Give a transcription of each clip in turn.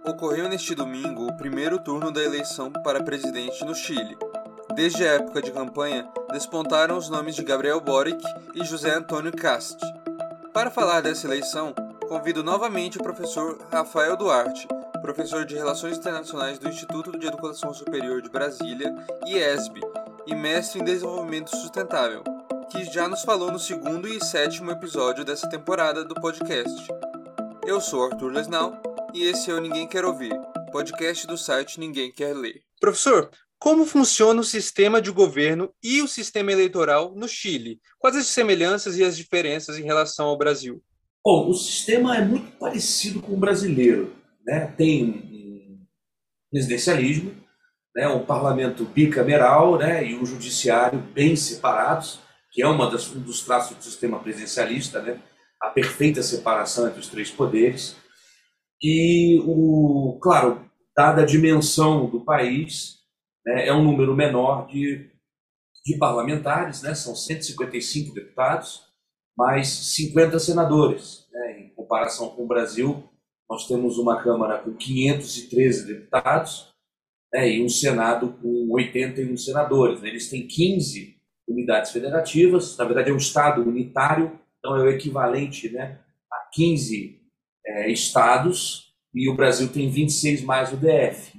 Ocorreu neste domingo o primeiro turno da eleição para presidente no Chile. Desde a época de campanha, despontaram os nomes de Gabriel Boric e José Antônio Kast. Para falar dessa eleição, convido novamente o professor Rafael Duarte, professor de Relações Internacionais do Instituto de Educação Superior de Brasília, IESB, e mestre em Desenvolvimento Sustentável, que já nos falou no segundo e sétimo episódio dessa temporada do podcast. Eu sou Arthur Lesnau e esse é o Ninguém Quer Ouvir, podcast do site Ninguém Quer Ler. Professor, como funciona o sistema de governo e o sistema eleitoral no Chile? Quais as semelhanças e as diferenças em relação ao Brasil? Bom, o sistema é muito parecido com o brasileiro, né? Tem um presidencialismo, né? Um parlamento bicameral, né? E um judiciário bem separados, que é um dos traços do sistema presidencialista, né? A perfeita separação entre os três poderes. E, claro, dada a dimensão do país, né? É um número menor de parlamentares, né? São 155 deputados, mais 50 senadores, né? Em comparação com o Brasil, nós temos uma Câmara com 513 deputados, né? E um Senado com 81 senadores, né? Eles têm 15 unidades federativas, na verdade é um Estado unitário, então é o equivalente, né, a 15 estados, e o Brasil tem 26 mais o DF.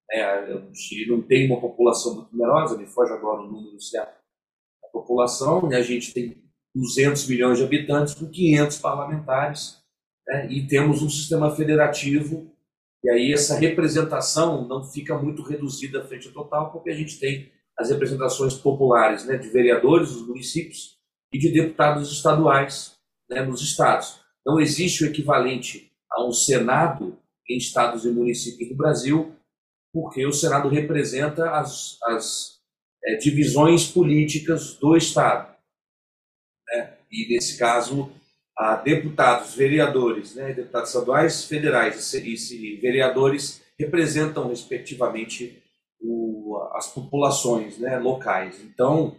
O Chile não tem uma população muito numerosa, me foge agora o número certo da população, né? A gente tem 200 milhões de habitantes com 500 parlamentares, né? E temos um sistema federativo, e aí essa representação não fica muito reduzida frente ao total, porque a gente tem as representações populares, né, de vereadores dos municípios e de deputados estaduais, né, nos estados. Não existe o equivalente a um Senado em estados e municípios do Brasil, porque o Senado representa as divisões políticas do Estado, né? E, nesse caso, há deputados, vereadores, né, deputados estaduais, federais e vereadores representam, respectivamente, as populações, né, locais. Então,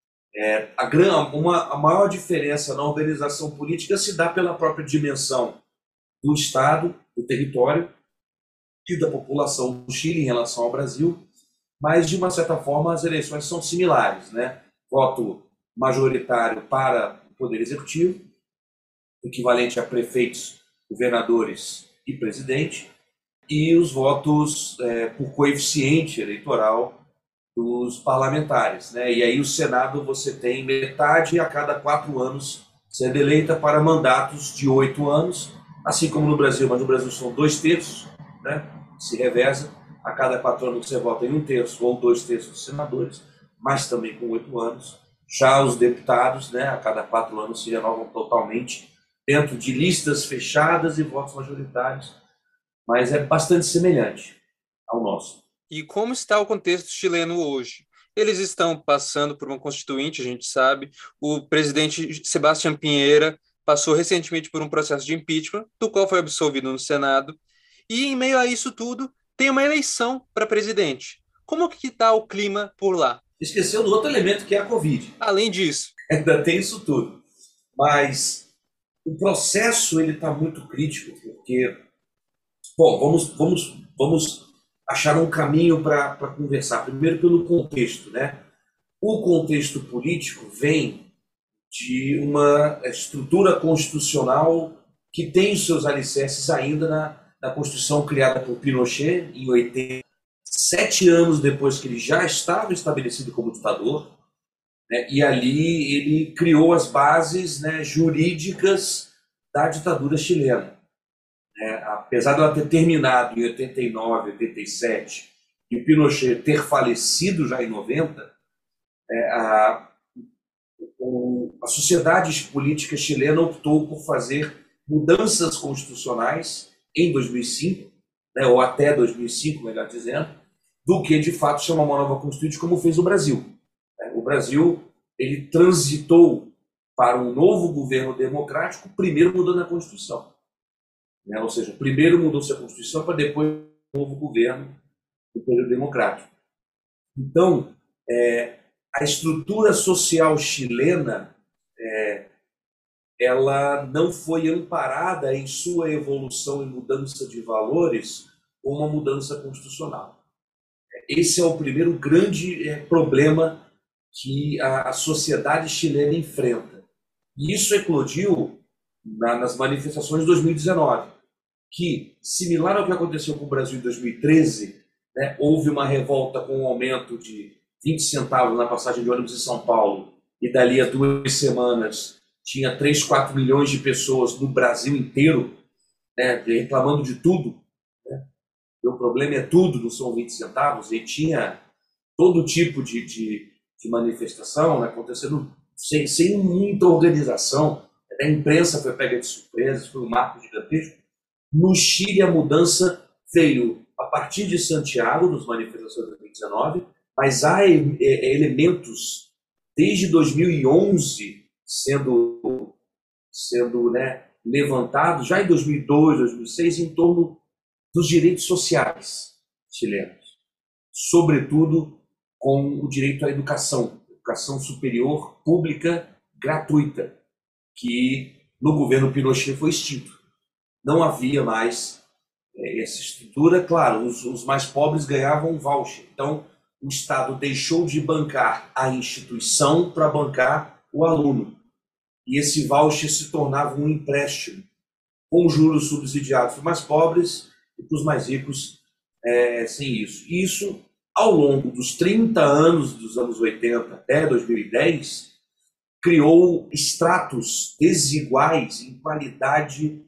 a maior diferença na organização política se dá pela própria dimensão do Estado, do território e da população do Chile em relação ao Brasil, mas, de uma certa forma, as eleições são similares, né? Voto majoritário para o Poder Executivo, equivalente a prefeitos, governadores e presidente, e os votos por coeficiente eleitoral dos parlamentares, né? E aí o Senado você tem metade a cada 4 anos sendo eleita para mandatos de 8 anos, assim como no Brasil, mas no Brasil são 2/3, né? Se reveza, a cada 4 anos você vota em 1/3 ou 2/3 dos senadores, mas também com 8 anos. Já os deputados, né, a cada 4 anos se renovam totalmente dentro de listas fechadas e votos majoritários, mas é bastante semelhante ao nosso. E como está o contexto chileno hoje? Eles estão passando por uma constituinte, a gente sabe. O presidente Sebastián Piñera passou recentemente por um processo de impeachment, do qual foi absolvido no Senado. E, em meio a isso tudo, tem uma eleição para presidente. Como que está o clima por lá? Esqueceu do outro elemento, que é a Covid. Além disso. Ainda tem isso tudo. Mas o processo está muito crítico, porque... Bom, vamos achar um caminho para conversar. Primeiro, pelo contexto, né? O contexto político vem de uma estrutura constitucional que tem os seus alicerces ainda na Constituição criada por Pinochet em 80, 7 anos depois que ele já estava estabelecido como ditador, né? E ali ele criou as bases, né, jurídicas da ditadura chilena. Apesar de ela ter terminado em 89, 87, e o Pinochet ter falecido já em 90, a sociedade política chilena optou por fazer mudanças constitucionais em 2005, né, ou até 2005, melhor dizendo, do que, de fato, chamar uma nova Constituinte, como fez o Brasil. O Brasil ele transitou para um novo governo democrático, primeiro mudando a Constituição. Ou seja, primeiro mudou-se a Constituição para depois o novo governo do período democrático. Então, a estrutura social chilena ela não foi amparada em sua evolução e mudança de valores com uma mudança constitucional. Esse é o primeiro grande problema que a sociedade chilena enfrenta. E isso eclodiu nas manifestações de 2019, que, similar ao que aconteceu com o Brasil em 2013, né, houve uma revolta com um aumento de 20 centavos na passagem de ônibus em São Paulo, e dali a 2 semanas tinha 3, 4 milhões de pessoas no Brasil inteiro, né, reclamando de tudo. Né? O problema é tudo, não são 20 centavos, e tinha todo tipo de manifestação, né, acontecendo sem muita organização. A imprensa foi pega de surpresa, foi um marco gigantesco. No Chile, a mudança veio a partir de Santiago, nas manifestações de 2019, mas há elementos desde 2011 sendo né, levantados, já em 2002, 2006, em torno dos direitos sociais chilenos, sobretudo com o direito à educação superior pública gratuita, que no governo Pinochet foi extinto. Não havia mais essa estrutura. Claro, os mais pobres ganhavam um voucher. Então, o Estado deixou de bancar a instituição para bancar o aluno. E esse voucher se tornava um empréstimo, com juros subsidiados para os mais pobres e para os mais ricos sem isso. E isso, ao longo dos 30 anos, dos anos 80 até 2010, criou estratos desiguais em qualidade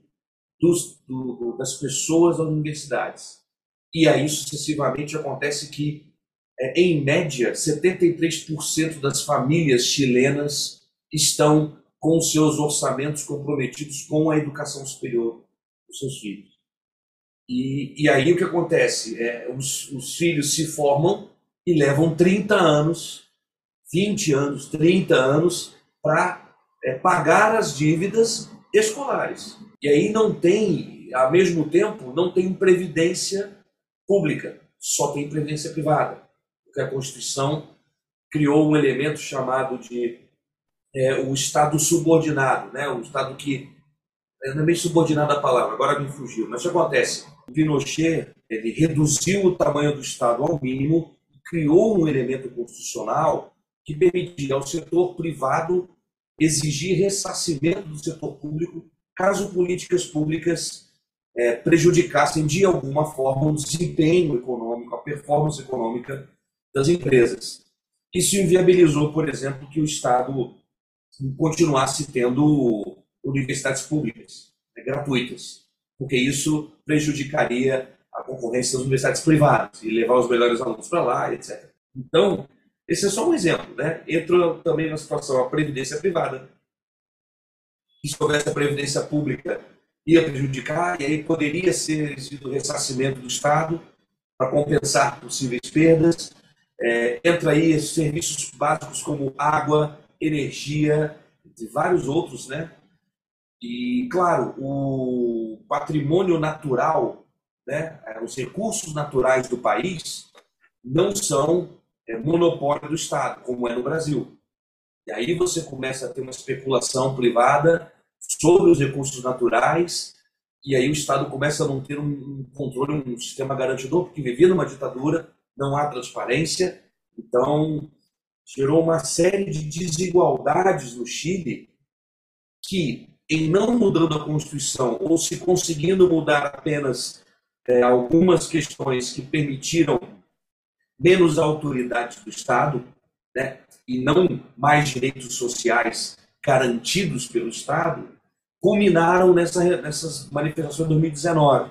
das pessoas das universidades. E aí, sucessivamente, acontece que, em média, 73% das famílias chilenas estão com seus orçamentos comprometidos com a educação superior dos seus filhos. E aí o que acontece? Os filhos se formam e levam 30 anos, 20 anos, 30 anos para pagar as dívidas escolares. E aí não tem, ao mesmo tempo, não tem previdência pública, só tem previdência privada. Porque a Constituição criou um elemento chamado de o Estado subordinado, né? O Estado que... não é bem subordinado a palavra, agora me fugiu. Mas o que acontece? O Pinochet ele reduziu o tamanho do Estado ao mínimo e criou um elemento constitucional que permitia ao setor privado exigir ressarcimento do setor público caso políticas públicas prejudicassem de alguma forma o desempenho econômico, a performance econômica das empresas. Isso inviabilizou, por exemplo, que o Estado continuasse tendo universidades públicas, gratuitas, porque isso prejudicaria a concorrência das universidades privadas e levar os melhores alunos para lá, etc. Então, esse é só um exemplo, né? Entra também na situação a previdência privada. E se houvesse a previdência pública, ia prejudicar, e aí poderia ser exigido ressarcimento do Estado para compensar possíveis perdas. Entra aí serviços básicos como água, energia, e vários outros, né? E, claro, o patrimônio natural, né? Os recursos naturais do país não são monopólio do Estado, como é no Brasil. E aí você começa a ter uma especulação privada sobre os recursos naturais, e aí o Estado começa a não ter um controle, um sistema garantidor, porque vivia numa ditadura, não há transparência. Então, gerou uma série de desigualdades no Chile que, em não mudando a Constituição, ou se conseguindo mudar apenas algumas questões que permitiram menos autoridade do Estado, né, e não mais direitos sociais garantidos pelo Estado, culminaram nessas manifestações de 2019.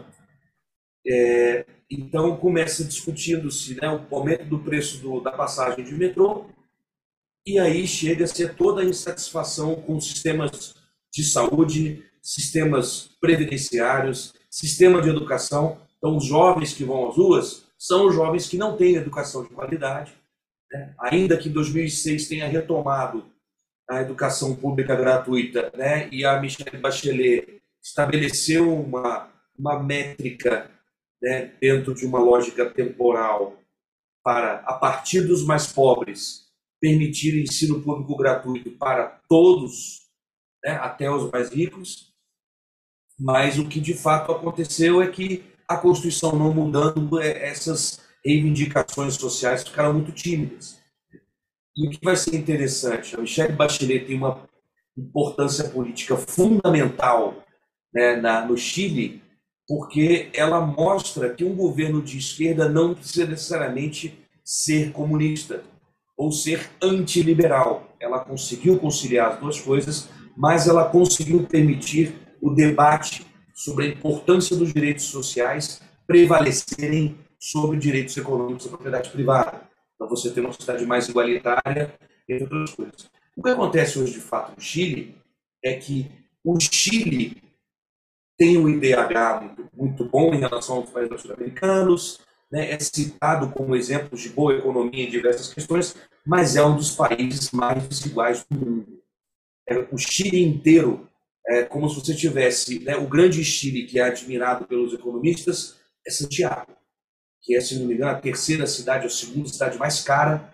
Então, começa discutindo-se, né, o aumento do preço da passagem de metrô, e aí chega-se a toda a insatisfação com sistemas de saúde, sistemas previdenciários, sistema de educação. Então, os jovens que vão às ruas são os jovens que não têm educação de qualidade, né? Ainda que em 2006 tenha retomado a educação pública gratuita, né? E a Michelle Bachelet estabeleceu uma métrica, né, dentro de uma lógica temporal para, a partir dos mais pobres, permitir ensino público gratuito para todos, né, até os mais ricos. Mas o que de fato aconteceu é que a Constituição não mudando, essas reivindicações sociais ficaram muito tímidas. E o que vai ser interessante, a Michelle Bachelet tem uma importância política fundamental, né, no Chile, porque ela mostra que um governo de esquerda não precisa necessariamente ser comunista ou ser antiliberal. Ela conseguiu conciliar as duas coisas, mas ela conseguiu permitir o debate sobre a importância dos direitos sociais prevalecerem sobre direitos econômicos da propriedade privada. Então você tem uma sociedade mais igualitária, entre outras coisas. O que acontece hoje, de fato, no Chile, é que o Chile tem um IDH muito bom em relação aos países sul-americanos, né? É citado como exemplo de boa economia em diversas questões, mas é um dos países mais desiguais do mundo. O Chile inteiro, é como se você tivesse, né, o grande Chile, que é admirado pelos economistas, é Santiago, que é, se não me engano, a terceira cidade, ou a segunda cidade mais cara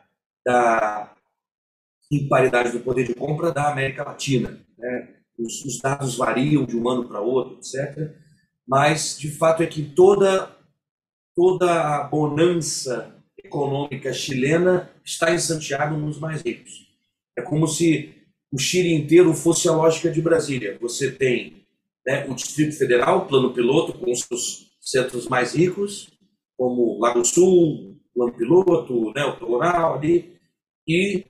em paridade do poder de compra da América Latina, né? Os dados variam de um ano para outro, etc. Mas, de fato, é que toda a bonança econômica chilena está em Santiago, nos mais ricos. É como se o Chile inteiro fosse a lógica de Brasília. Você tem, né, o Distrito Federal, o plano piloto, com os seus centros mais ricos, como Lago Sul, plano piloto, né, o Octogonal ali, e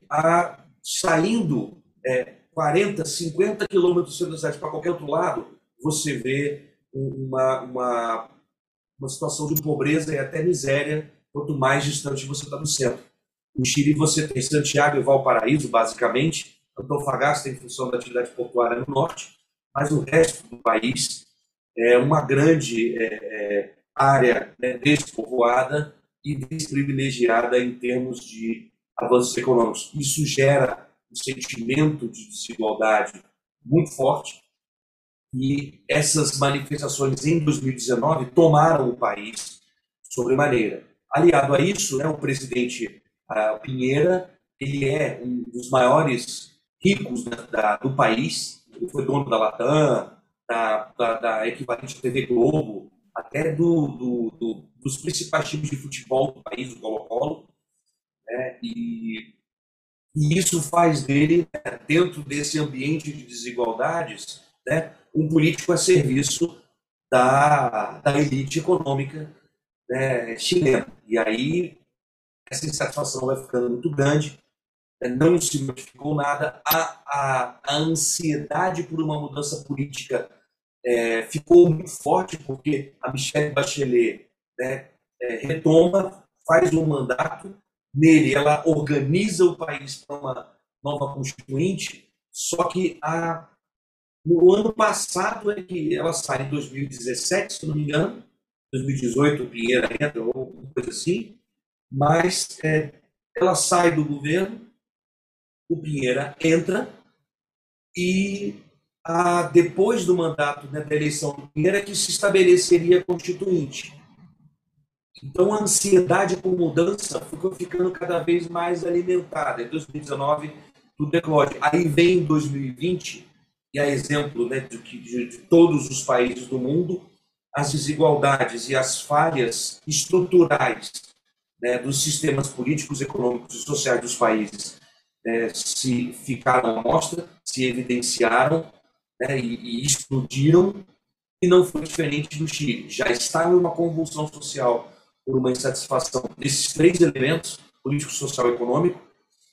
saindo 40, 50 quilômetros da cidade para qualquer outro lado, você vê uma situação de pobreza e até miséria, quanto mais distante você está do centro. No Chile, você tem Santiago e Valparaíso, basicamente. Antofagasta, em função da atividade portuária no norte, mas o resto do país é uma grande área, né, despovoada e desprivilegiada em termos de avanços econômicos. Isso gera um sentimento de desigualdade muito forte, e essas manifestações em 2019 tomaram o país sobremaneira. Aliado a isso, né, o presidente Pinheira, ele é um dos maiores ricos do país, ele foi dono da Latam, da equivalente TV Globo, até dos principais times de futebol do país, o Colo-Colo, né, e isso faz dele, né, dentro desse ambiente de desigualdades, né, um político a serviço da elite econômica, né, chilena. E aí essa insatisfação vai ficando muito grande, né, não se modificou nada, a ansiedade por uma mudança política ficou muito forte, porque a Michelle Bachelet, né, retoma, faz um mandato, nele ela organiza o país para uma nova constituinte, só que no ano passado é que ela sai em 2017, se não me engano, 2018 o Pinheira entra, ou alguma coisa assim, mas ela sai do governo, o Pinheira entra, e depois do mandato, né, da eleição do Pinheira é que se estabeleceria a constituinte. Então a ansiedade por mudança ficou ficando cada vez mais alimentada. Em 2019 tudo eclode. Aí vem 2020, e a exemplo, né, de todos os países do mundo, as desigualdades e as falhas estruturais, né, dos sistemas políticos, econômicos e sociais dos países se ficaram à mostra, se evidenciaram, né, e explodiram, e não foi diferente do Chile. Já está em uma convulsão social por uma insatisfação desses três elementos, político, social e econômico,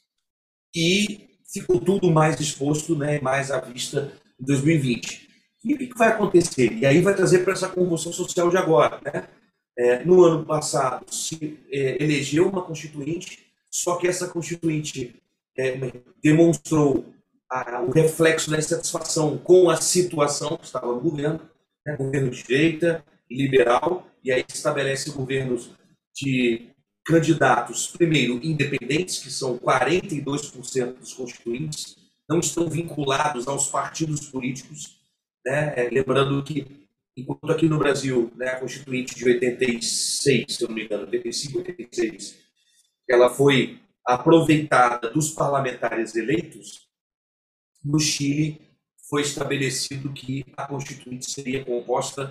e ficou tudo mais exposto, né, mais à vista em 2020. E o que vai acontecer? E aí vai trazer para essa convulsão social de agora, né? No ano passado se elegeu uma constituinte, só que essa constituinte demonstrou o reflexo da insatisfação com a situação que estava no governo, né, governo de direita, liberal, e aí estabelece governos de candidatos, primeiro, independentes, que são 42% dos constituintes, não estão vinculados aos partidos políticos, né? Lembrando que, enquanto aqui no Brasil, né, a constituinte de 86, se eu não me engano, 85, 86, ela foi aproveitada dos parlamentares eleitos, no Chile foi estabelecido que a constituinte seria composta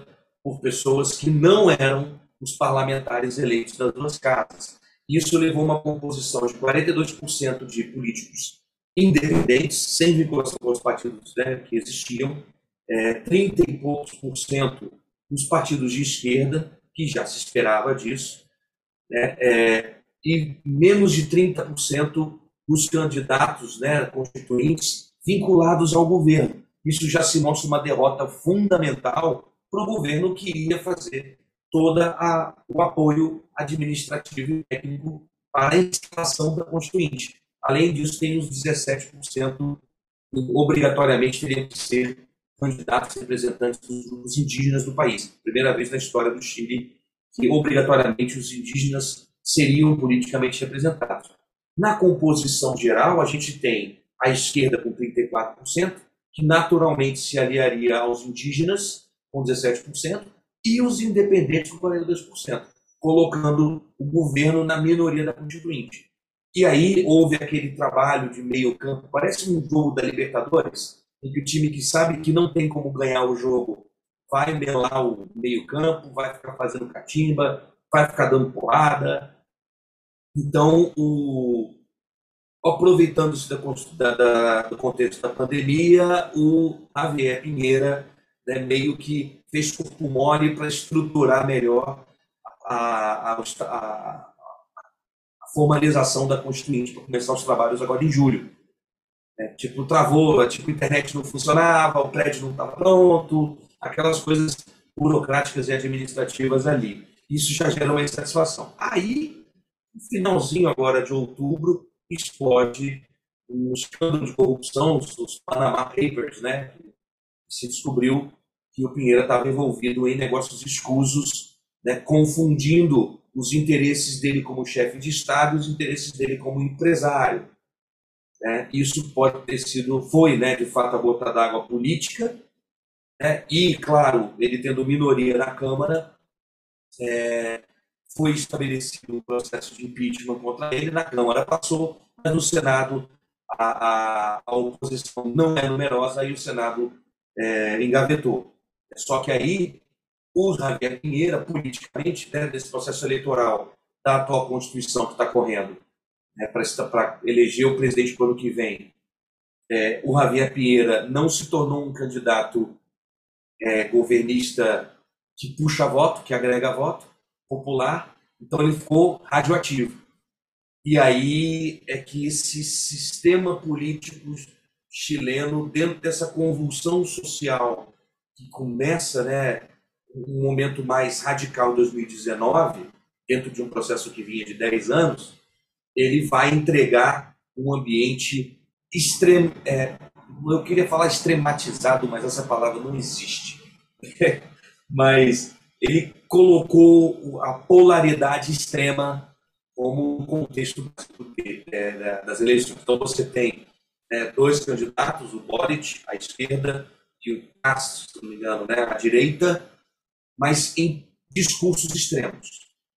por pessoas que não eram os parlamentares eleitos das duas casas. Isso levou a uma composição de 42% de políticos independentes, sem vinculação com os partidos, né, que existiam, 30 e poucos por cento dos partidos de esquerda, que já se esperava disso, né, e menos de 30% dos candidatos, né, constituintes vinculados ao governo. Isso já se mostra uma derrota fundamental para o governo que iria fazer todo o apoio administrativo e técnico para a instalação da Constituinte. Além disso, tem os 17% que obrigatoriamente teriam que ser candidatos representantes dos grupos indígenas do país. Primeira vez na história do Chile que obrigatoriamente os indígenas seriam politicamente representados. Na composição geral, a gente tem a esquerda com 34%, que naturalmente se aliaria aos indígenas, com 17%, e os independentes com 42%, colocando o governo na minoria da Constituinte. E aí houve aquele trabalho de meio campo, parece um jogo da Libertadores, em que o time que sabe que não tem como ganhar o jogo vai melar o meio campo, vai ficar fazendo catimba, vai ficar dando porrada. Então, aproveitando-se do contexto da pandemia, o Javier Pinheira, né, meio que fez corpo mole para estruturar melhor a formalização da Constituinte para começar os trabalhos agora em julho. Tipo, travou, tipo, a internet não funcionava, o prédio não estava pronto, aquelas coisas burocráticas e administrativas ali. Isso já gerou uma insatisfação. Aí, no finalzinho agora de outubro, explode um escândalo de corrupção, os Panama Papers, né? Se descobriu que o Pinheira estava envolvido em negócios escusos, né? Confundindo os interesses dele como chefe de Estado e os interesses dele como empresário. Né? Isso pode ter sido, foi, né, de fato, a gota d'água política, né? E, claro, ele tendo minoria na Câmara, foi estabelecido um processo de impeachment contra ele, na Câmara passou, mas no Senado a oposição não é numerosa e o Senado engavetou. Só que aí o Javier Pinheira, politicamente, né, desse processo eleitoral da atual Constituição que está correndo, né, para eleger o presidente para o ano que vem, o Javier Pinheira não se tornou um candidato governista que puxa voto, que agrega voto popular, então ele ficou radioativo. E aí é que esse sistema político chileno, dentro dessa convulsão social que começa, né, um momento mais radical em 2019, dentro de um processo que vinha de 10 anos, ele vai entregar um ambiente extremo. Eu queria falar extrematizado, mas essa palavra não existe. Mas ele colocou a polaridade extrema como um contexto das eleições. Então você tem dois candidatos, o Boric, à esquerda, e o Kast, se não me engano, né, à direita, mas em discursos extremos.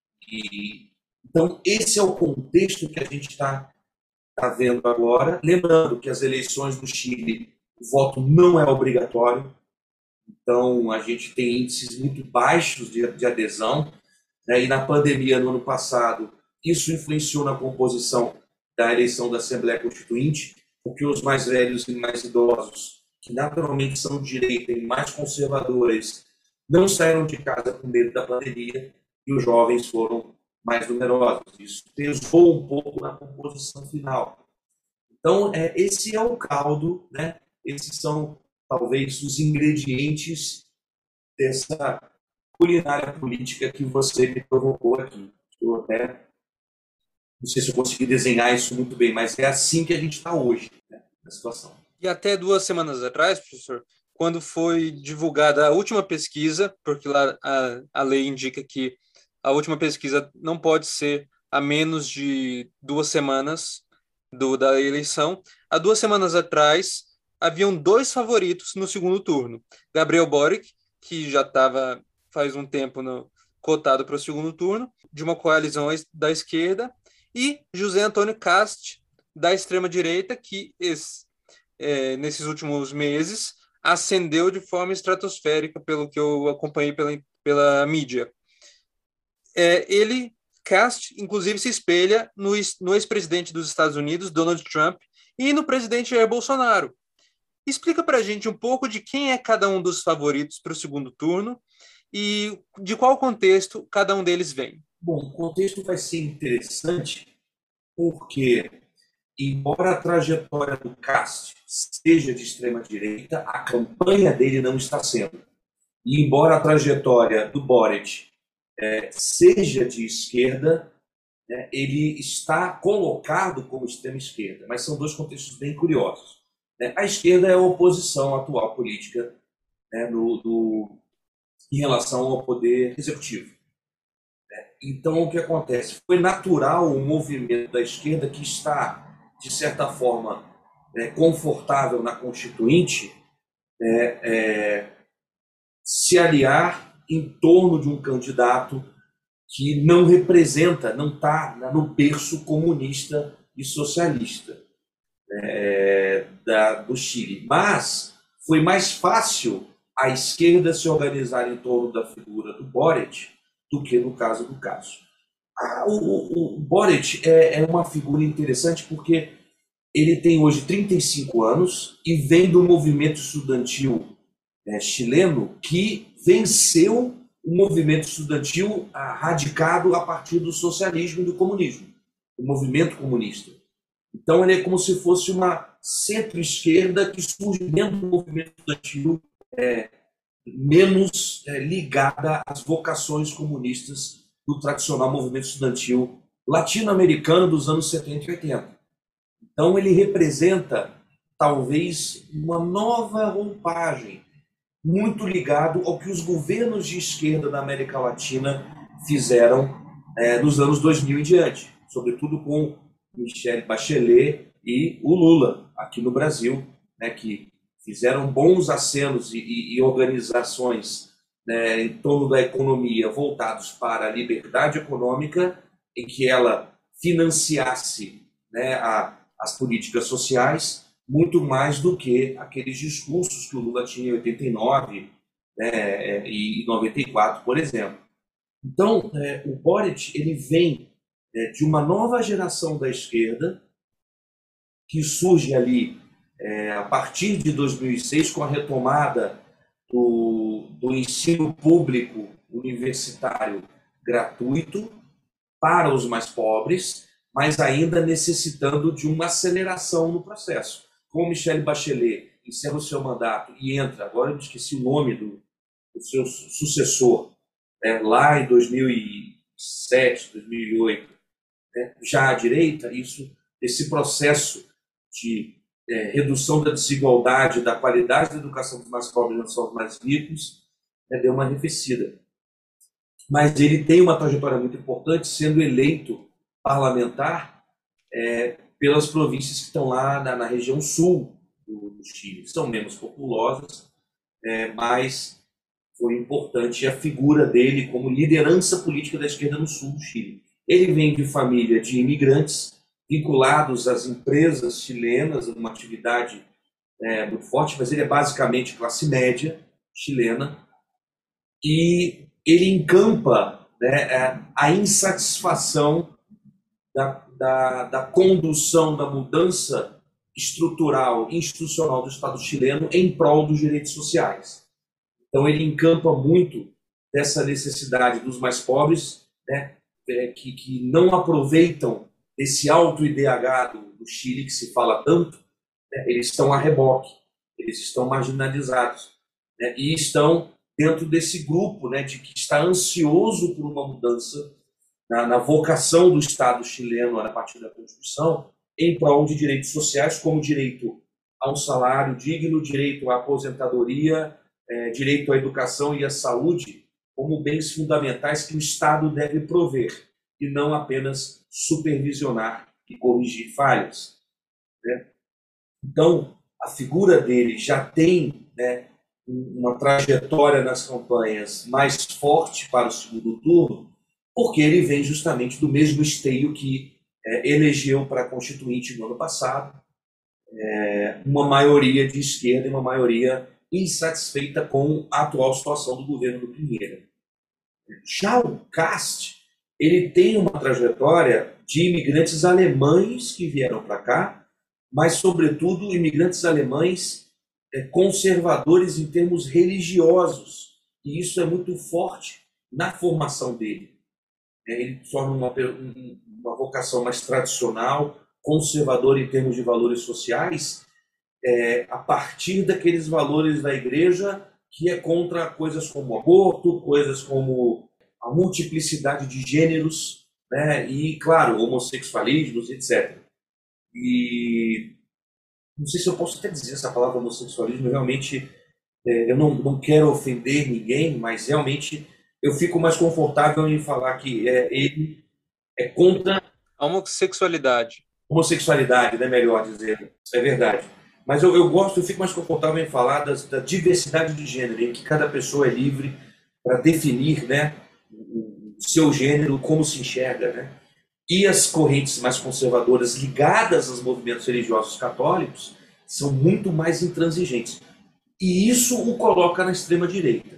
Então, esse é o contexto que a gente está vendo agora. Lembrando que as eleições no Chile, o voto não é obrigatório, então a gente tem índices muito baixos de adesão, né? E na pandemia, no ano passado, isso influenciou na composição da eleição da Assembleia Constituinte, porque os mais velhos e mais idosos, que naturalmente são de direita e mais conservadores, não saíram de casa com medo da pandemia, e os jovens foram mais numerosos. Isso pesou um pouco na composição final. Então, esse é o caldo, né? Esses são, talvez, os ingredientes dessa culinária política que você me provocou aqui. Eu até não sei se eu consegui desenhar isso muito bem, mas é assim que a gente está hoje, né, na situação. E até 2 semanas atrás, professor, quando foi divulgada a última pesquisa, porque lá a lei indica que a última pesquisa não pode ser a menos de 2 semanas da eleição. Há 2 semanas atrás, haviam 2 favoritos no segundo turno. Gabriel Boric, que já estava faz um tempo cotado para o segundo turno, de uma coalizão da esquerda, e José Antônio Kast, da extrema-direita, que nesses últimos meses ascendeu de forma estratosférica, pelo que eu acompanhei pela mídia. Ele, Cast, inclusive, se espelha no ex-presidente dos Estados Unidos, Donald Trump, e no presidente Jair Bolsonaro. Explica para a gente um pouco de quem é cada um dos favoritos para o segundo turno e de qual contexto cada um deles vem. Bom, o contexto vai ser interessante porque, embora a trajetória do Cast seja de extrema-direita, a campanha dele não está sendo. E embora a trajetória do Boric seja de esquerda, né, ele está colocado como extrema-esquerda, mas são dois contextos bem curiosos. Né? A esquerda é a oposição atual política, né, em relação ao poder executivo. Então, o que acontece? Foi natural o movimento da esquerda, que está, de certa forma, confortável na Constituinte, se aliar em torno de um candidato que não representa, não está no berço comunista e socialista do Chile. Mas foi mais fácil a esquerda se organizar em torno da figura do Boric do que no caso do Cássio. O Boric é uma figura interessante porque ele tem hoje 35 anos e vem do movimento estudantil chileno, que venceu o movimento estudantil radicado a partir do socialismo e do comunismo, o movimento comunista. Então ele é como se fosse uma centro-esquerda que surge dentro do movimento estudantil menos ligada às vocações comunistas do tradicional movimento estudantil latino-americano dos anos 70 e 80. Então ele representa talvez uma nova roupagem, muito ligado ao que os governos de esquerda da América Latina fizeram nos anos 2000 em diante, sobretudo com Michelle Bachelet e o Lula aqui no Brasil, que fizeram bons acenos e organizações em torno da economia voltados para a liberdade econômica, em que ela financiasse as políticas sociais, muito mais do que aqueles discursos que o Lula tinha em 89 e 94, por exemplo. Então, o Boric ele vem de uma nova geração da esquerda, que surge ali a partir de 2006, com a retomada do ensino público universitário gratuito para os mais pobres, mas ainda necessitando de uma aceleração no processo. Como Michelle Bachelet encerra o seu mandato e entra, agora eu esqueci o nome do seu sucessor, lá em 2007, 2008, já à direita, esse processo de redução da desigualdade, da qualidade da educação dos mais pobres e dos mais ricos, deu uma arrefecida. Mas ele tem uma trajetória muito importante, sendo eleito parlamentar pelas províncias que estão lá na região sul do Chile. São menos populosas, mas foi importante a figura dele como liderança política da esquerda no sul do Chile. Ele vem de família de imigrantes vinculados às empresas chilenas, uma atividade muito forte, mas ele é basicamente classe média chilena, e ele encampa a insatisfação da condução da mudança estrutural, institucional do Estado chileno em prol dos direitos sociais. Então ele encampa muito dessa necessidade dos mais pobres, que não aproveitam esse alto IDH do Chile que se fala tanto, eles estão a reboque, eles estão marginalizados, e estão dentro desse grupo que está ansioso por uma mudança na vocação do Estado chileno, a partir da Constituição, em prol de direitos sociais, como direito a um salário digno, direito à aposentadoria, direito à educação e à saúde, como bens fundamentais que o Estado deve prover, e não apenas supervisionar e corrigir falhas. Então, a figura dele já tem uma trajetória nas campanhas mais forte para o segundo turno, porque ele vem justamente do mesmo esteio que elegeu para a Constituinte no ano passado, uma maioria de esquerda e uma maioria insatisfeita com a atual situação do governo do Pinheira. Já o Cast, ele tem uma trajetória de imigrantes alemães que vieram para cá, mas, sobretudo, imigrantes alemães conservadores em termos religiosos. E isso é muito forte na formação dele. Ele torna uma vocação mais tradicional, conservadora em termos de valores sociais, a partir daqueles valores da igreja que é contra coisas como aborto, coisas como a multiplicidade de gêneros, né? E, claro, homossexualismos, etc. E não sei se eu posso até dizer essa palavra homossexualismo, realmente eu não quero ofender ninguém, mas realmente eu fico mais confortável em falar que ele é contra A homossexualidade. homossexualidade, né, melhor dizer, é verdade. Mas eu fico mais confortável em falar da diversidade de gênero, em que cada pessoa é livre para definir, né, o seu gênero, como se enxerga, né? E as correntes mais conservadoras ligadas aos movimentos religiosos católicos são muito mais intransigentes. E isso o coloca na extrema-direita.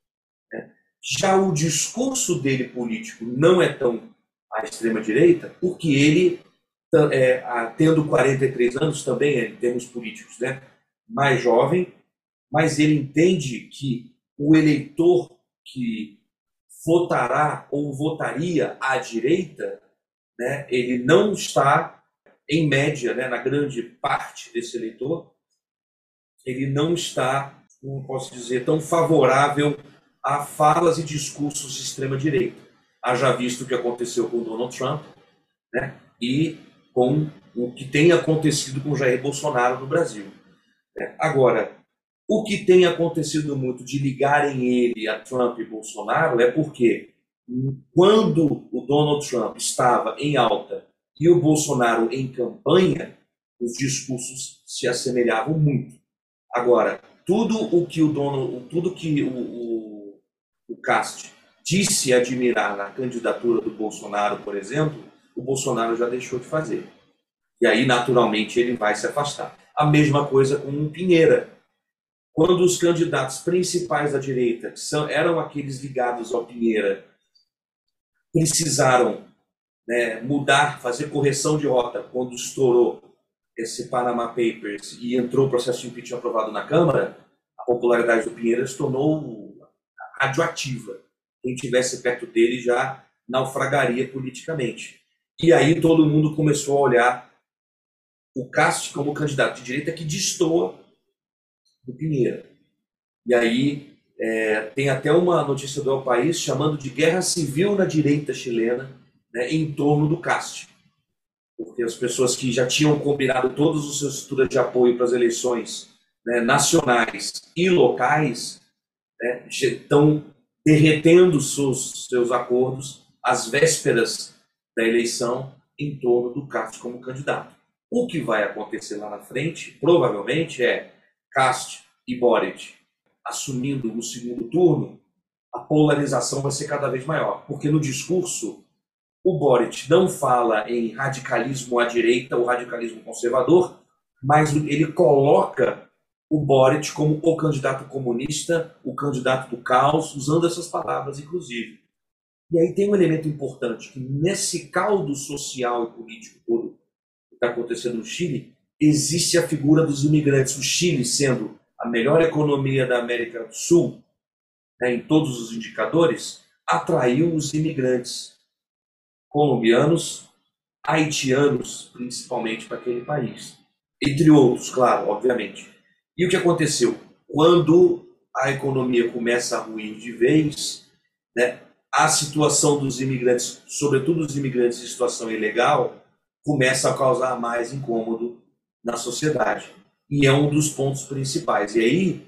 Já o discurso dele político não é tão à extrema-direita, porque ele, tendo 43 anos também, em termos políticos, né, mais jovem, mas ele entende que o eleitor que votará ou votaria à direita, né, ele não está, em média, né, na grande parte desse eleitor, ele não está, como posso dizer, tão favorável a falas e discursos de extrema-direita. Haja visto o que aconteceu com Donald Trump, né, e com o que tem acontecido com Jair Bolsonaro no Brasil. Agora, o que tem acontecido muito de ligarem ele a Trump e Bolsonaro é porque quando o Donald Trump estava em alta e o Bolsonaro em campanha, os discursos se assemelhavam muito. Agora, tudo o que o Cast disse admirar na candidatura do Bolsonaro, por exemplo, o Bolsonaro já deixou de fazer. E aí, naturalmente, ele vai se afastar. A mesma coisa com o Pinheira. Quando os candidatos principais da direita, eram aqueles ligados ao Pinheira, precisaram, né, mudar, fazer correção de rota quando estourou esse Panama Papers e entrou o processo de impeachment aprovado na Câmara, a popularidade do Pinheira se tornou radioativa. Quem estivesse perto dele já naufragaria politicamente. E aí todo mundo começou a olhar o Cast como candidato de direita que destoa do Pinheira. E aí tem até uma notícia do El País chamando de guerra civil na direita chilena, né, em torno do Cast. Porque as pessoas que já tinham combinado todas as suas estruturas de apoio para as eleições, né, nacionais e locais, né, estão derretendo seus acordos às vésperas da eleição em torno do Cast como candidato. O que vai acontecer lá na frente, provavelmente, é Cast e Boric assumindo o segundo turno, a polarização vai ser cada vez maior. Porque no discurso, o Boric não fala em radicalismo à direita ou radicalismo conservador, mas ele coloca o Boric como o candidato comunista, o candidato do caos, usando essas palavras, inclusive. E aí tem um elemento importante, que nesse caldo social e político todo que está acontecendo no Chile, existe a figura dos imigrantes. O Chile, sendo a melhor economia da América do Sul, né, em todos os indicadores, atraiu os imigrantes colombianos, haitianos, principalmente, para aquele país. Entre outros, claro, obviamente. E o que aconteceu? Quando a economia começa a ruir de vez, né, a situação dos imigrantes, sobretudo os imigrantes em situação ilegal, começa a causar mais incômodo na sociedade. E é um dos pontos principais. E aí,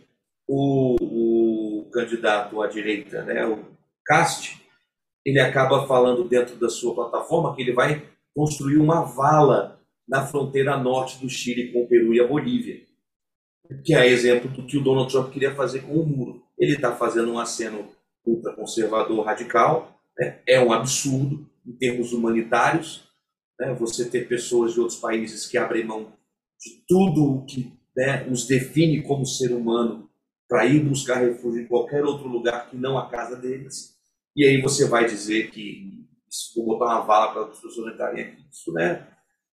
o candidato à direita, né, o Cast, ele acaba falando dentro da sua plataforma que ele vai construir uma vala na fronteira norte do Chile com o Peru e a Bolívia, que é exemplo do que o Donald Trump queria fazer com o muro. Ele está fazendo um aceno ultraconservador radical, né? É um absurdo em termos humanitários, né? Você ter pessoas de outros países que abrem mão de tudo o que, né, os define como ser humano para ir buscar refúgio em qualquer outro lugar que não a casa deles. E aí você vai dizer que vou botar uma vala para as pessoas entrarem aqui. Isso, né?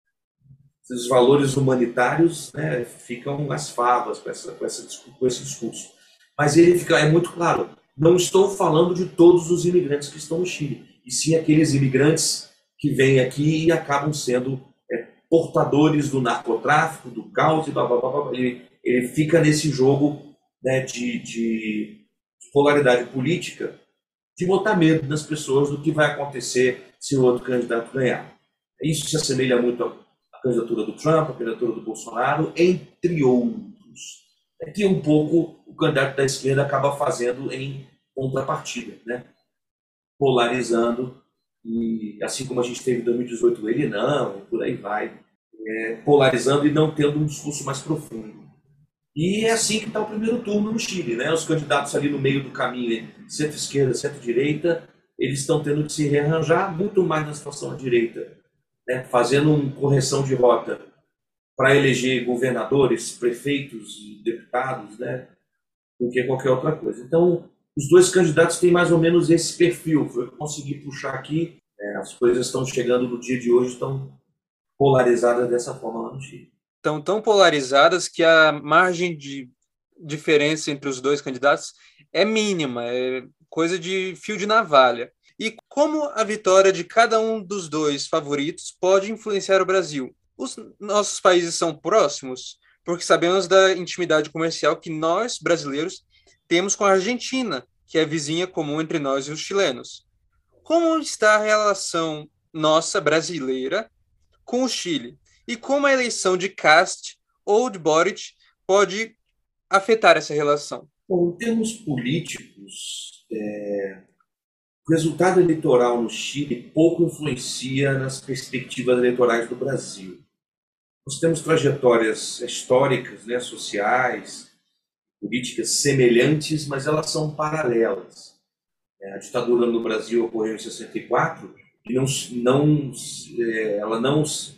Os valores humanitários, né, ficam as favas com esse discurso. Mas ele fica, é muito claro, não estou falando de todos os imigrantes que estão no Chile, e sim aqueles imigrantes que vêm aqui e acabam sendo portadores do narcotráfico, do caos, e blá, blá, blá, blá. Ele fica nesse jogo, né, de polaridade política, de botar medo nas pessoas do que vai acontecer se o outro candidato ganhar. Isso se assemelha muito à candidatura do Trump, à candidatura do Bolsonaro, entre outros. É que um pouco o candidato da esquerda acaba fazendo em contrapartida, né? Polarizando, e assim como a gente teve em 2018 ele não, e por aí vai, polarizando e não tendo um discurso mais profundo. E é assim que está o primeiro turno no Chile, né? Os candidatos ali no meio do caminho, centro-esquerda, centro-direita, eles estão tendo que se rearranjar muito mais na situação à direita, né? Fazendo uma correção de rota para eleger governadores, prefeitos e deputados, né? Do que qualquer outra coisa. Então, os dois candidatos têm mais ou menos esse perfil. Foi o que eu consegui puxar aqui. As coisas estão chegando no dia de hoje, estão polarizadas dessa forma lá no Chile. Estão tão polarizadas que a margem de diferença entre os dois candidatos é mínima, é coisa de fio de navalha. E como a vitória de cada um dos dois favoritos pode influenciar o Brasil? Os nossos países são próximos, porque sabemos da intimidade comercial que nós, brasileiros, temos com a Argentina, que é vizinha comum entre nós e os chilenos. Como está a relação nossa, brasileira, com o Chile? E como a eleição de Kast ou de Boric pode afetar essa relação? Bom, em termos políticos, o resultado eleitoral no Chile pouco influencia nas perspectivas eleitorais do Brasil. Nós temos trajetórias históricas, né, sociais, políticas semelhantes, mas elas são paralelas. A ditadura no Brasil ocorreu em 64 e ela não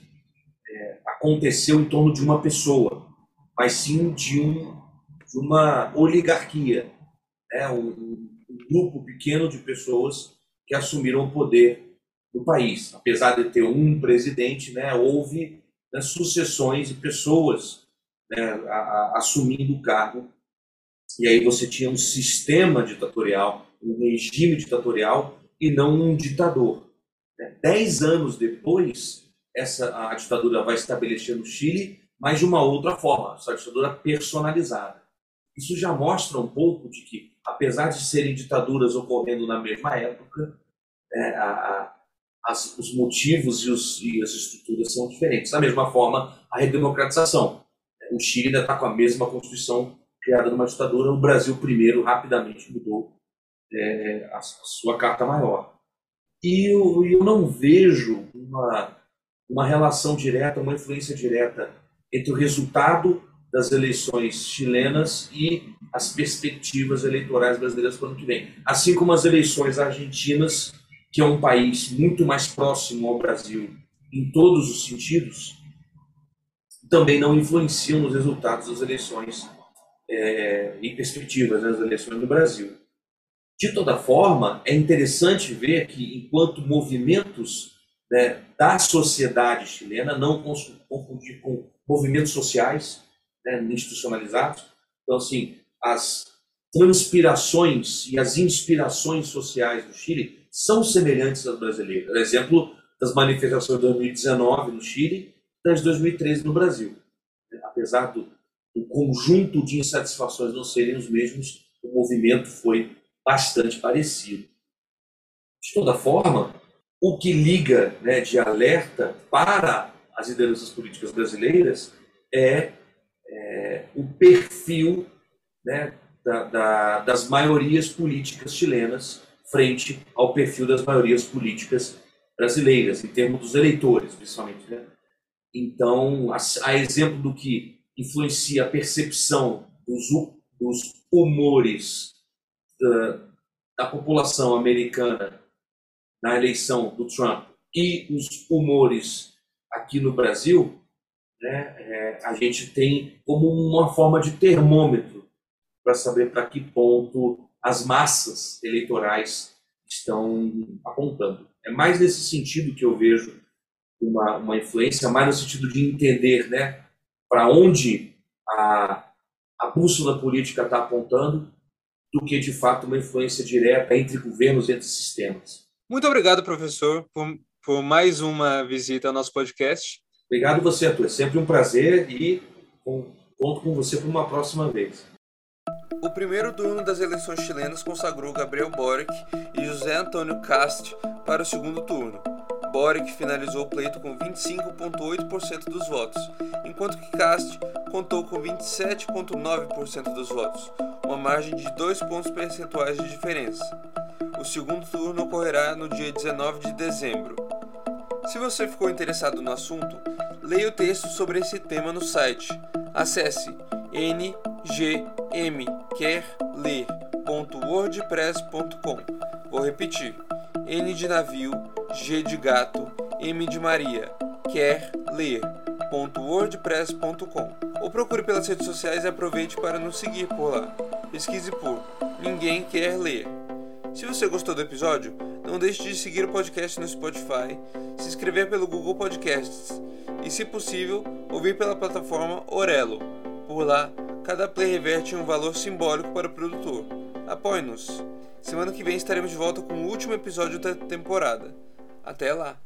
aconteceu em torno de uma pessoa, mas sim de uma oligarquia, né? Um grupo pequeno de pessoas que assumiram o poder do país. Apesar de ter um presidente, né, houve, né, sucessões de pessoas, né, assumindo o cargo. E aí você tinha um sistema ditatorial, um regime ditatorial e não um ditador. 10 anos depois, a ditadura vai estabelecer no Chile, mas de uma outra forma, essa ditadura personalizada. Isso já mostra um pouco de que, apesar de serem ditaduras ocorrendo na mesma época, né, os motivos e as estruturas são diferentes. Da mesma forma, a redemocratização. O Chile ainda está com a mesma Constituição criada numa ditadura, o Brasil primeiro rapidamente mudou a sua Carta Maior. E eu não vejo uma relação direta, uma influência direta entre o resultado das eleições chilenas e as perspectivas eleitorais brasileiras para o ano que vem. Assim como as eleições argentinas, que é um país muito mais próximo ao Brasil em todos os sentidos, também não influenciam nos resultados das eleições e perspectivas, né, das eleições no Brasil. De toda forma, é interessante ver que, enquanto movimentos, né, da sociedade chilena, não confundir com movimentos sociais, né, institucionalizados, então, assim, as transpirações e as inspirações sociais do Chile são semelhantes às brasileiras. Por exemplo, das manifestações de 2019 no Chile e das de 2013 no Brasil. Apesar do conjunto de insatisfações não serem os mesmos, o movimento foi bastante parecido. De toda forma, o que liga, né, de alerta para as lideranças políticas brasileiras é o perfil, né, das maiorias políticas chilenas frente ao perfil das maiorias políticas brasileiras, em termos dos eleitores, principalmente. Né? Então, a exemplo do que influencia a percepção dos humores da população americana na eleição do Trump e os humores aqui no Brasil, né, a gente tem como uma forma de termômetro para saber para que ponto as massas eleitorais estão apontando. É mais nesse sentido que eu vejo uma influência, mais no sentido de entender, né, para onde a bússola política está apontando, do que, de fato, uma influência direta entre governos, entre sistemas. Muito obrigado, professor, por mais uma visita ao nosso podcast. Obrigado você, Arthur. É sempre um prazer e conto com você para uma próxima vez. O primeiro turno das eleições chilenas consagrou Gabriel Boric e José Antônio Kast para o segundo turno. Boric finalizou o pleito com 25,8% dos votos, enquanto que Kast contou com 27,9% dos votos, uma margem de 2 pontos percentuais de diferença. O segundo turno ocorrerá no dia 19 de dezembro. Se você ficou interessado no assunto, leia o texto sobre esse tema no site. Acesse ngmquerler.wordpress.com. Vou repetir: N de navio, G de gato, M de Maria, quer ler.wordpress.com. Ou procure pelas redes sociais e aproveite para nos seguir por lá. Pesquise por Ninguém Quer Ler. Se você gostou do episódio, não deixe de seguir o podcast no Spotify, se inscrever pelo Google Podcasts e, se possível, ouvir pela plataforma Orelo. Por lá, cada play reverte um valor simbólico para o produtor. Apoie-nos! Semana que vem estaremos de volta com o último episódio da temporada. Até lá!